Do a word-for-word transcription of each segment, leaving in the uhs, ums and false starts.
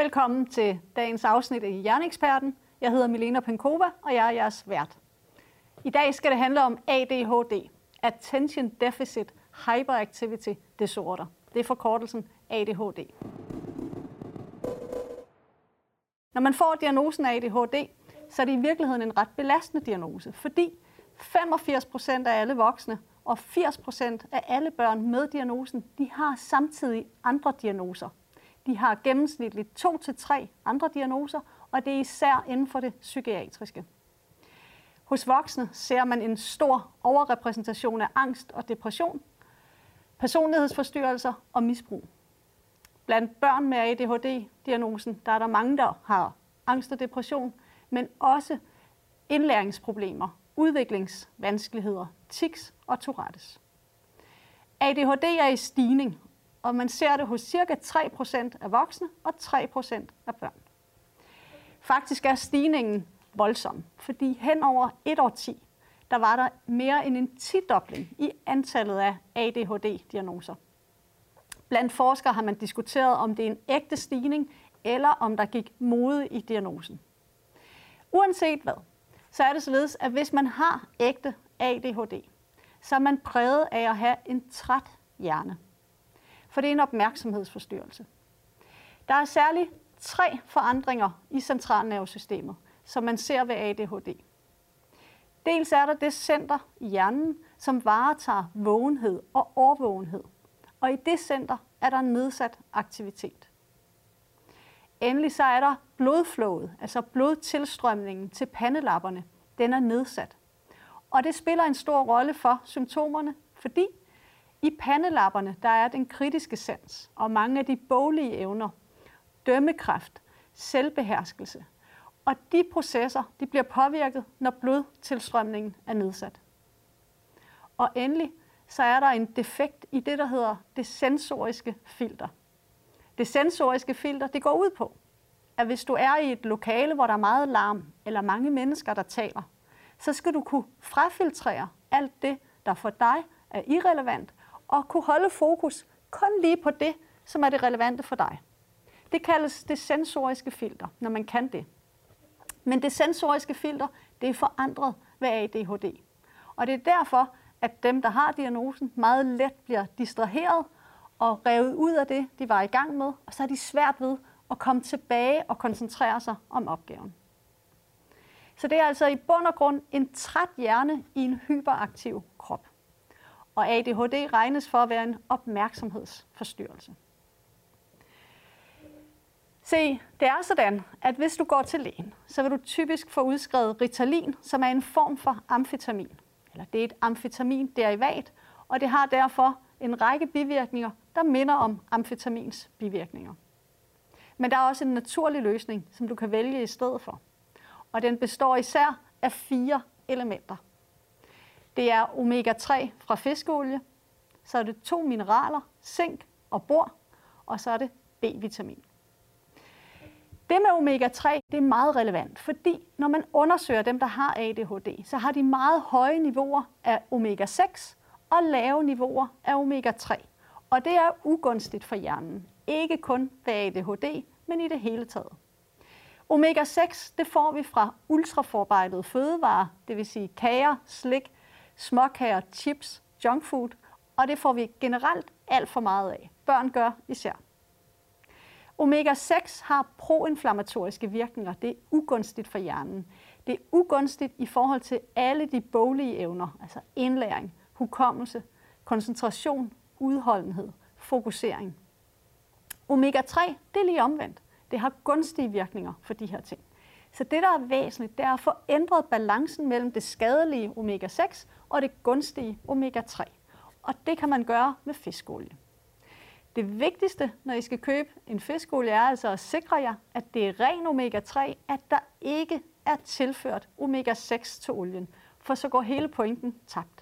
Velkommen til dagens afsnit af Hjerneeksperten. Jeg hedder Milena Penkova, og jeg er jeres vært. I dag skal det handle om A D H D, Attention Deficit Hyperactivity Disorder. Det er forkortelsen A D H D. Når man får diagnosen af A D H D, så er det i virkeligheden en ret belastende diagnose, fordi femogfirs procent af alle voksne og firs procent af alle børn med diagnosen, de har samtidig andre diagnoser. De har gennemsnitligt to til tre andre diagnoser, og det er især inden for det psykiatriske. Hos voksne ser man en stor overrepræsentation af angst og depression, personlighedsforstyrrelser og misbrug. Blandt børn med A D H D-diagnosen, der er der mange, der har angst og depression, men også indlæringsproblemer, udviklingsvanskeligheder, tics og Tourettes. A D H D er i stigning, og man ser det hos ca. tre procent af voksne og tre procent af børn. Faktisk er stigningen voldsom, fordi hen over et årti, der var der mere end en tidobling i antallet af A D H D-diagnoser. Blandt forskere har man diskuteret, om det er en ægte stigning, eller om der gik mode i diagnosen. Uanset hvad, så er det således, at hvis man har ægte A D H D, så er man præget af at have en træt hjerne. For det er en opmærksomhedsforstyrrelse. Der er særligt tre forandringer i centralnervesystemet, som man ser ved A D H D. Dels er der det center i hjernen, som varetager vågenhed og overvågenhed. Og i det center er der nedsat aktivitet. Endelig så er der blodflowet, altså blodtilstrømningen til pandelapperne. Den er nedsat. Og det spiller en stor rolle for symptomerne, fordi i pandelapperne der er den kritiske sans og mange af de boglige evner, dømmekraft, selvbeherskelse. Og de processer de bliver påvirket, når blodtilstrømningen er nedsat. Og endelig så er der en defekt i det, der hedder det sensoriske filter. Det sensoriske filter det går ud på, at hvis du er i et lokale, hvor der er meget larm eller mange mennesker, der taler, så skal du kunne frafiltrere alt det, der for dig er irrelevant, og kunne holde fokus kun lige på det, som er det relevante for dig. Det kaldes det sensoriske filter, når man kan det. Men det sensoriske filter, det er forandret ved A D H D. Og det er derfor, at dem, der har diagnosen, meget let bliver distraheret og revet ud af det, de var i gang med, og så er de svært ved at komme tilbage og koncentrere sig om opgaven. Så det er altså i bund og grund en træt hjerne i en hyperaktiv krop. Og A D H D regnes for at være en opmærksomhedsforstyrrelse. Se, det er sådan, at hvis du går til lægen, så vil du typisk få udskrevet Ritalin, som er en form for amfetamin. Eller det er et amfetamin-derivat, og det har derfor en række bivirkninger, der minder om amfetamins bivirkninger. Men der er også en naturlig løsning, som du kan vælge i stedet for. Og den består især af fire elementer. Det er omega tre fra fiskeolie, så er det to mineraler, zink og bor, og så er det B-vitamin. Det med omega tre det er meget relevant, fordi når man undersøger dem, der har A D H D, så har de meget høje niveauer af omega seks og lave niveauer af omega tre. Og det er ugunstigt for hjernen. Ikke kun ved A D H D, men i det hele taget. omega seks det får vi fra ultraforarbejdede fødevarer, det vil sige kager, slik, småkager, chips, junkfood, og det får vi generelt alt for meget af. Børn gør især. omega seks har proinflammatoriske virkninger. Det er ugunstigt for hjernen. Det er ugunstigt i forhold til alle de boglige evner, altså indlæring, hukommelse, koncentration, udholdenhed, fokusering. omega tre det er lige omvendt. Det har gunstige virkninger for de her ting. Så det, der er væsentligt, det er at få ændret balancen mellem det skadelige omega seks og det gunstige omega tre. Og det kan man gøre med fiskolie. Det vigtigste, når I skal købe en fiskolie, er altså at sikre jer, at det er ren omega tre, at der ikke er tilført omega seks til olien, for så går hele pointen tabt.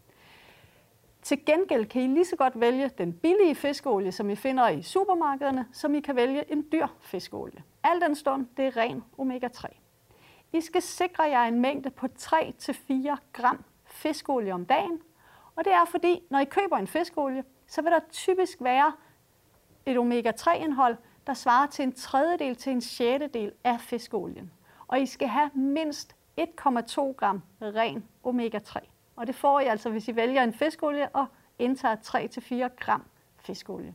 Til gengæld kan I lige så godt vælge den billige fiskeolie, som I finder i supermarkederne, som I kan vælge en dyr fiskeolie. Al den stund, det er ren omega tre. I skal sikre jer en mængde på tre til fire gram fiskeolie om dagen, og det er fordi, når I køber en fiskeolie, så vil der typisk være et omega tre indhold der svarer til en tredjedel til en sjettedel af fiskeolien. Og I skal have mindst en komma to gram ren omega tre. Og det får I altså, hvis I vælger en fiskeolie og indtager tre til fire gram fiskeolie.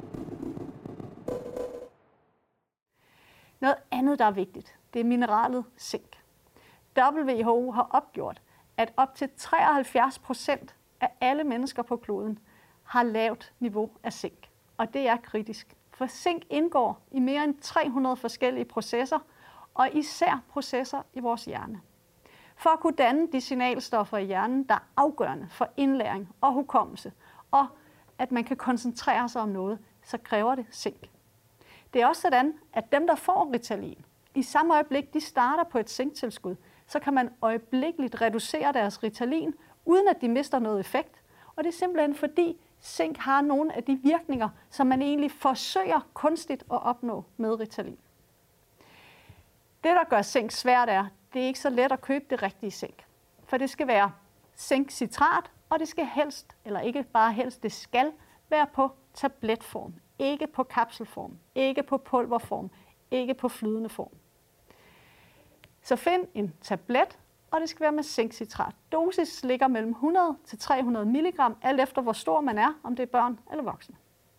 Noget andet, der er vigtigt, det er mineralet zink. W H O har opgjort, at op til treoghalvfjerds procent af alle mennesker på kloden har lavt niveau af zink. Og det er kritisk, for zink indgår i mere end tre hundrede forskellige processer, og især processer i vores hjerne. For at kunne danne de signalstoffer i hjernen, der er afgørende for indlæring og hukommelse, og at man kan koncentrere sig om noget, så kræver det zink. Det er også sådan, at dem, der får Ritalin, i samme øjeblik, de starter på et zinktilskud, så kan man øjeblikkeligt reducere deres Ritalin, uden at de mister noget effekt. Og det er simpelthen fordi zink har nogle af de virkninger, som man egentlig forsøger kunstigt at opnå med Ritalin. Det, der gør zink svært, er, det er ikke så let at købe det rigtige zink. For det skal være zinkcitrat, og det skal helst, eller ikke bare helst, det skal være på tabletform. Ikke på kapselform, ikke på pulverform, ikke på flydende form. Så find en tablet, og det skal være med zinkcitrat. Dosis ligger mellem hundrede til tre hundrede milligram, alt efter hvor stor man er, om det er børn eller voksne.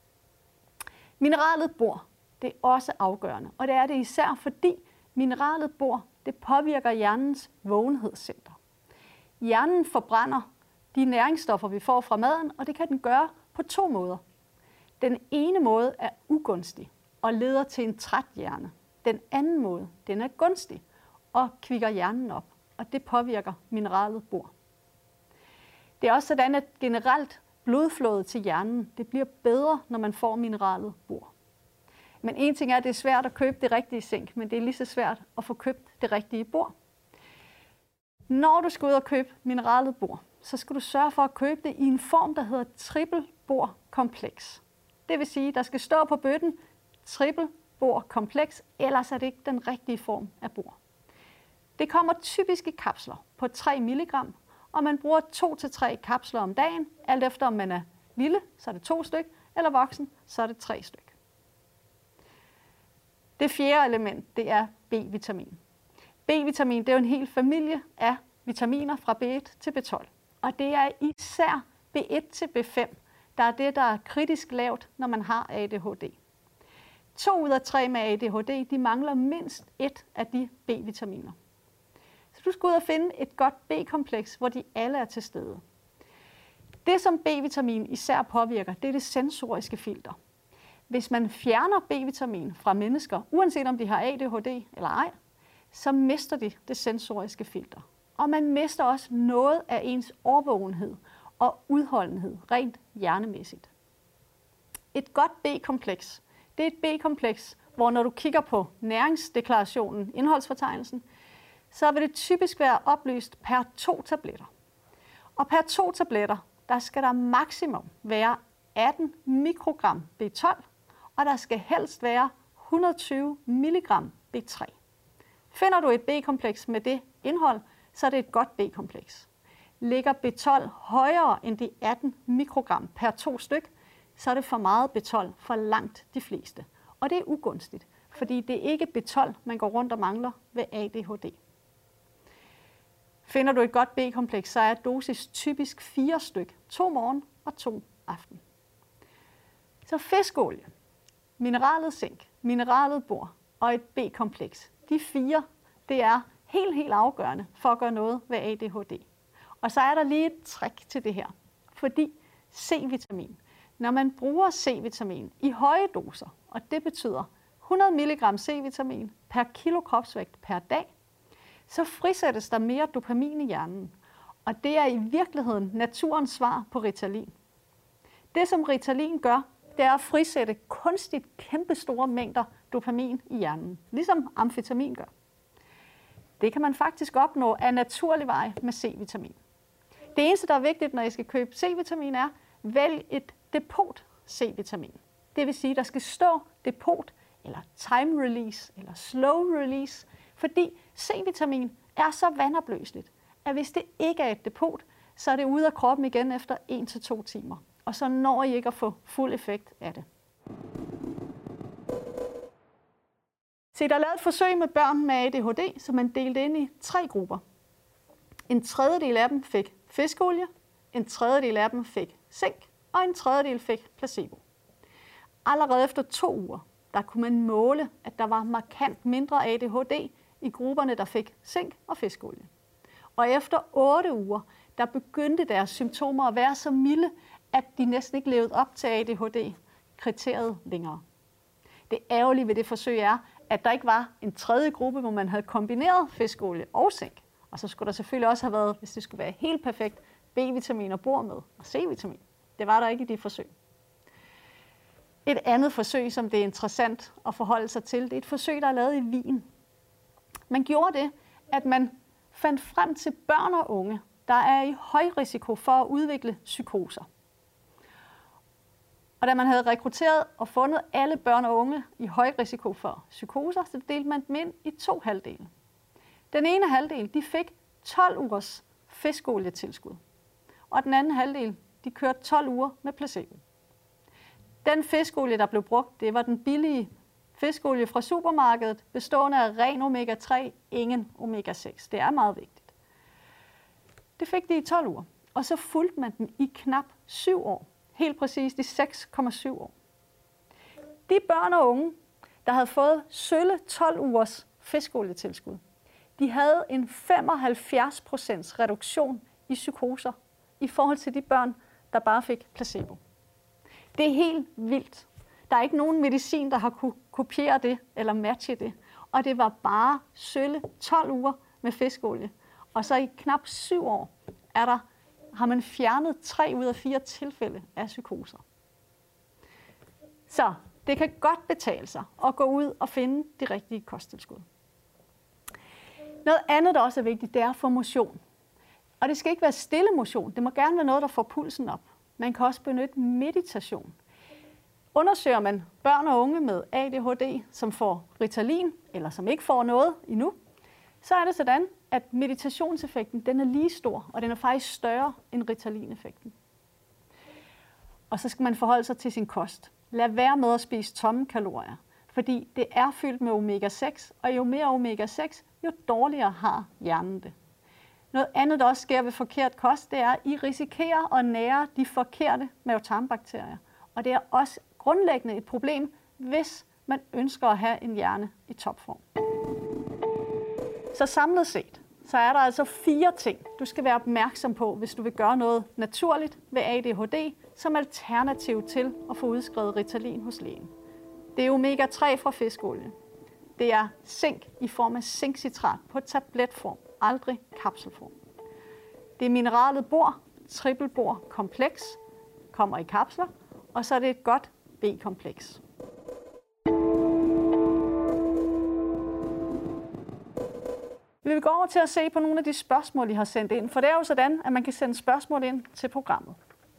Mineralet bor, det er også afgørende, og det er det især fordi mineralet bor, det påvirker hjernens vågenhedscenter. Hjernen forbrænder de næringsstoffer, vi får fra maden, og det kan den gøre på to måder. Den ene måde er ugunstig og leder til en træt hjerne. Den anden måde, den er gunstig og kvikker hjernen op, og det påvirker mineralet bor. Det er også sådan, at generelt blodflådet til hjernen, det bliver bedre, når man får mineralet bor. Men en ting er, at det er svært at købe det rigtige zink, men det er lige så svært at få købt det rigtige bor. Når du skal ud og købe mineralet bor, så skal du sørge for at købe det i en form, der hedder triple bor kompleks. Det vil sige, at der skal stå på bøtten triple bor kompleks, ellers er det ikke den rigtige form af bor. Det kommer typisk i kapsler på tre milligram, og man bruger to til tre kapsler om dagen, alt efter om man er lille, så er det to styk, eller voksen, så er det tre styk. Det fjerde element, det er B-vitamin. B-vitamin, det er jo en hel familie af vitaminer fra B et til B tolv. Og det er især B et til B fem, der er det, der er kritisk lavt, når man har A D H D. To ud af tre med A D H D, de mangler mindst et af de B-vitaminer. Så du skal ud og finde et godt B-kompleks, hvor de alle er til stede. Det, som B-vitamin især påvirker, det er det sensoriske filter. Hvis man fjerner B-vitamin fra mennesker, uanset om de har A D H D eller ej, så mister de det sensoriske filter. Og man mister også noget af ens årvågenhed og udholdenhed, rent hjernemæssigt. Et godt B-kompleks, det er et B-kompleks, hvor når du kigger på næringsdeklarationen, indholdsfortegnelsen, så vil det typisk være oplyst per to tabletter. Og per to tabletter, der skal der maksimum være atten mikrogram B tolv, og der skal helst være et hundrede og tyve milligram B tre. Finder du et B-kompleks med det indhold, så er det et godt B-kompleks. Ligger B tolv højere end de atten mikrogram per to styk, så er det for meget B tolv for langt de fleste. Og det er ugunstigt, fordi det er ikke B tolv, man går rundt og mangler ved A D H D. Finder du et godt B-kompleks, så er dosis typisk fire styk, to morgen og to aften. Så fiskeolie, mineralet zink, mineralet bor og et B-kompleks. De fire, det er helt, helt afgørende for at gøre noget ved A D H D. Og så er der lige et trick til det her, fordi C-vitamin, når man bruger C-vitamin i høje doser, og det betyder hundrede milligram C-vitamin per kilo kropsvægt per dag, så frisættes der mere dopamin i hjernen. Og det er i virkeligheden naturens svar på Ritalin. Det, som Ritalin gør, det er at frisætte kunstigt kæmpestore mængder dopamin i hjernen, ligesom amfetamin gør. Det kan man faktisk opnå af naturlig vej med C-vitamin. Det eneste, der er vigtigt, når I skal købe C-vitamin, er, vælg et depot C-vitamin. Det vil sige, der skal stå depot, eller time release, eller slow release, fordi C-vitamin er så vandopløseligt, at hvis det ikke er et depot, så er det ude af kroppen igen efter en til to timer. Og så når I ikke at få fuld effekt af det. Så der er lavet et forsøg med børn med A D H D, som man delte ind i tre grupper. En tredjedel af dem fik fiskeolie, en tredjedel af dem fik zink, og en tredjedel fik placebo. Allerede efter to uger, der kunne man måle, at der var markant mindre A D H D i grupperne, der fik zink og fiskeolie. Og efter otte uger, der begyndte deres symptomer at være så milde, at de næsten ikke levede op til A D H D-kriteriet længere. Det ærgerlige ved det forsøg er, at der ikke var en tredje gruppe, hvor man havde kombineret fiskeolie og zink. Og så skulle der selvfølgelig også have været, hvis det skulle være helt perfekt, B-vitamin og bor med og C-vitamin. Det var der ikke i de forsøg. Et andet forsøg, som det er interessant at forholde sig til, det er et forsøg, der er lavet i Wien. Man gjorde det, at man fandt frem til børn og unge, der er i høj risiko for at udvikle psykoser. Og da man havde rekrutteret og fundet alle børn og unge i høj risiko for psykoser, så delte man dem ind i to halvdele. Den ene halvdel, de fik tolv ugers fiskeolietilskud, og den anden halvdel, de kørte tolv uger med placebo. Den fiskeolie, der blev brugt, det var den billige fiskeolie fra supermarkedet, bestående af ren omega tre, ingen omega seks. Det er meget vigtigt. Det fik de i tolv uger, og så fulgte man den i knap syv år. Helt præcist i seks komma syv år. De børn og unge, der havde fået sølle tolv ugers fiskeolietilskud, de havde en femoghalvfjerds procent reduktion i psykoser i forhold til de børn, der bare fik placebo. Det er helt vildt. Der er ikke nogen medicin, der har kunne kopiere det eller matche det. Og det var bare sølle tolv uger med fiskeolie. Og så i knap syv år er der, har man fjernet tre ud af fire tilfælde af psykoser. Så det kan godt betale sig at gå ud og finde de rigtige kosttilskud. Noget andet, der også er vigtigt, det er for motion. Og det skal ikke være stille motion. Det må gerne være noget, der får pulsen op. Man kan også benytte meditation. Undersøger man børn og unge med A D H D, som får Ritalin, eller som ikke får noget endnu, så er det sådan, at meditationseffekten den er lige stor, og den er faktisk større end Ritalin-effekten. Og så skal man forholde sig til sin kost. Lad være med at spise tomme kalorier, fordi det er fyldt med omega seks, og jo mere omega seks, jo dårligere har hjernen det. Noget andet, der også sker ved forkert kost, det er, at I risikerer at nære de forkerte mavetarmbakterier. Og det er også grundlæggende et problem, hvis man ønsker at have en hjerne i topform. Så samlet set, så er der altså fire ting, du skal være opmærksom på, hvis du vil gøre noget naturligt ved A D H D, som alternativ til at få udskrevet Ritalin hos lægen. Det er omega tre fra fiskeolie. Det er zink i form af zinkcitrat på tabletform, aldrig kapselform. Det er mineralet bor, trippelbor kompleks, kommer i kapsler, og så er det et godt B-kompleks. Vi vil gå over til at se på nogle af de spørgsmål, I har sendt ind, for det er jo sådan, at man kan sende spørgsmål ind til programmet.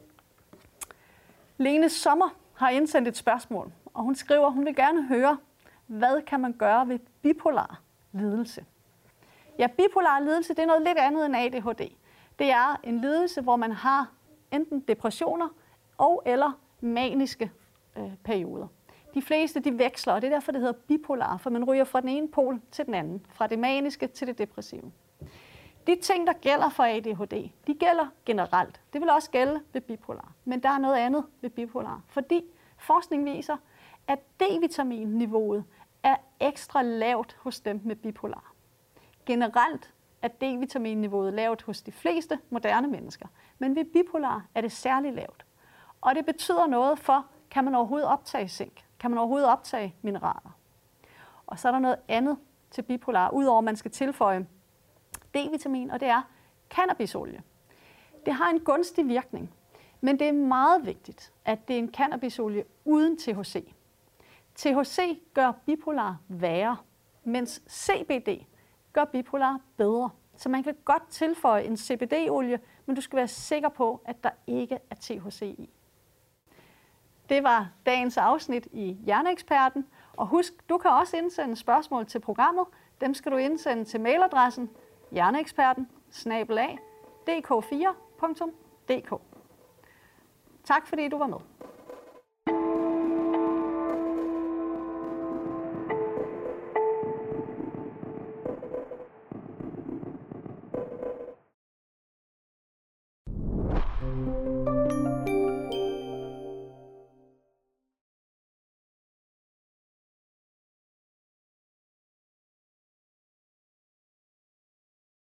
Lene Sommer har indsendt et spørgsmål, og hun skriver, at hun vil gerne høre, hvad kan man gøre ved bipolar lidelse? Ja, bipolar lidelse det er noget lidt andet end A D H D. Det er en lidelse, hvor man har enten depressioner og eller maniske øh, perioder. De fleste de veksler, og det er derfor, det hedder bipolar, for man ryger fra den ene pol til den anden, fra det maniske til det depressive. De ting, der gælder for A D H D, de gælder generelt. Det vil også gælde ved bipolar, men der er noget andet ved bipolar, fordi forskning viser, at D-vitaminniveauet er ekstra lavt hos dem med bipolar. Generelt er D-vitaminniveauet lavt hos de fleste moderne mennesker, men ved bipolar er det særligt lavt. Og det betyder noget for, kan man overhovedet optage zink? Kan man overhovedet optage mineraler? Og så er der noget andet til bipolar, udover at man skal tilføje D-vitamin, og det er cannabisolie. Det har en gunstig virkning, men det er meget vigtigt, at det er en cannabisolie uden T H C. T H C gør bipolar værre, mens C B D gør bipolar bedre. Så man kan godt tilføje en C B D-olie, men du skal være sikker på, at der ikke er T H C i. Det var dagens afsnit i Hjerneeksperten. Og husk, du kan også indsende spørgsmål til programmet. Dem skal du indsende til mailadressen hjerneeksperten bindestreg d k fire punktum d k. Tak fordi du var med.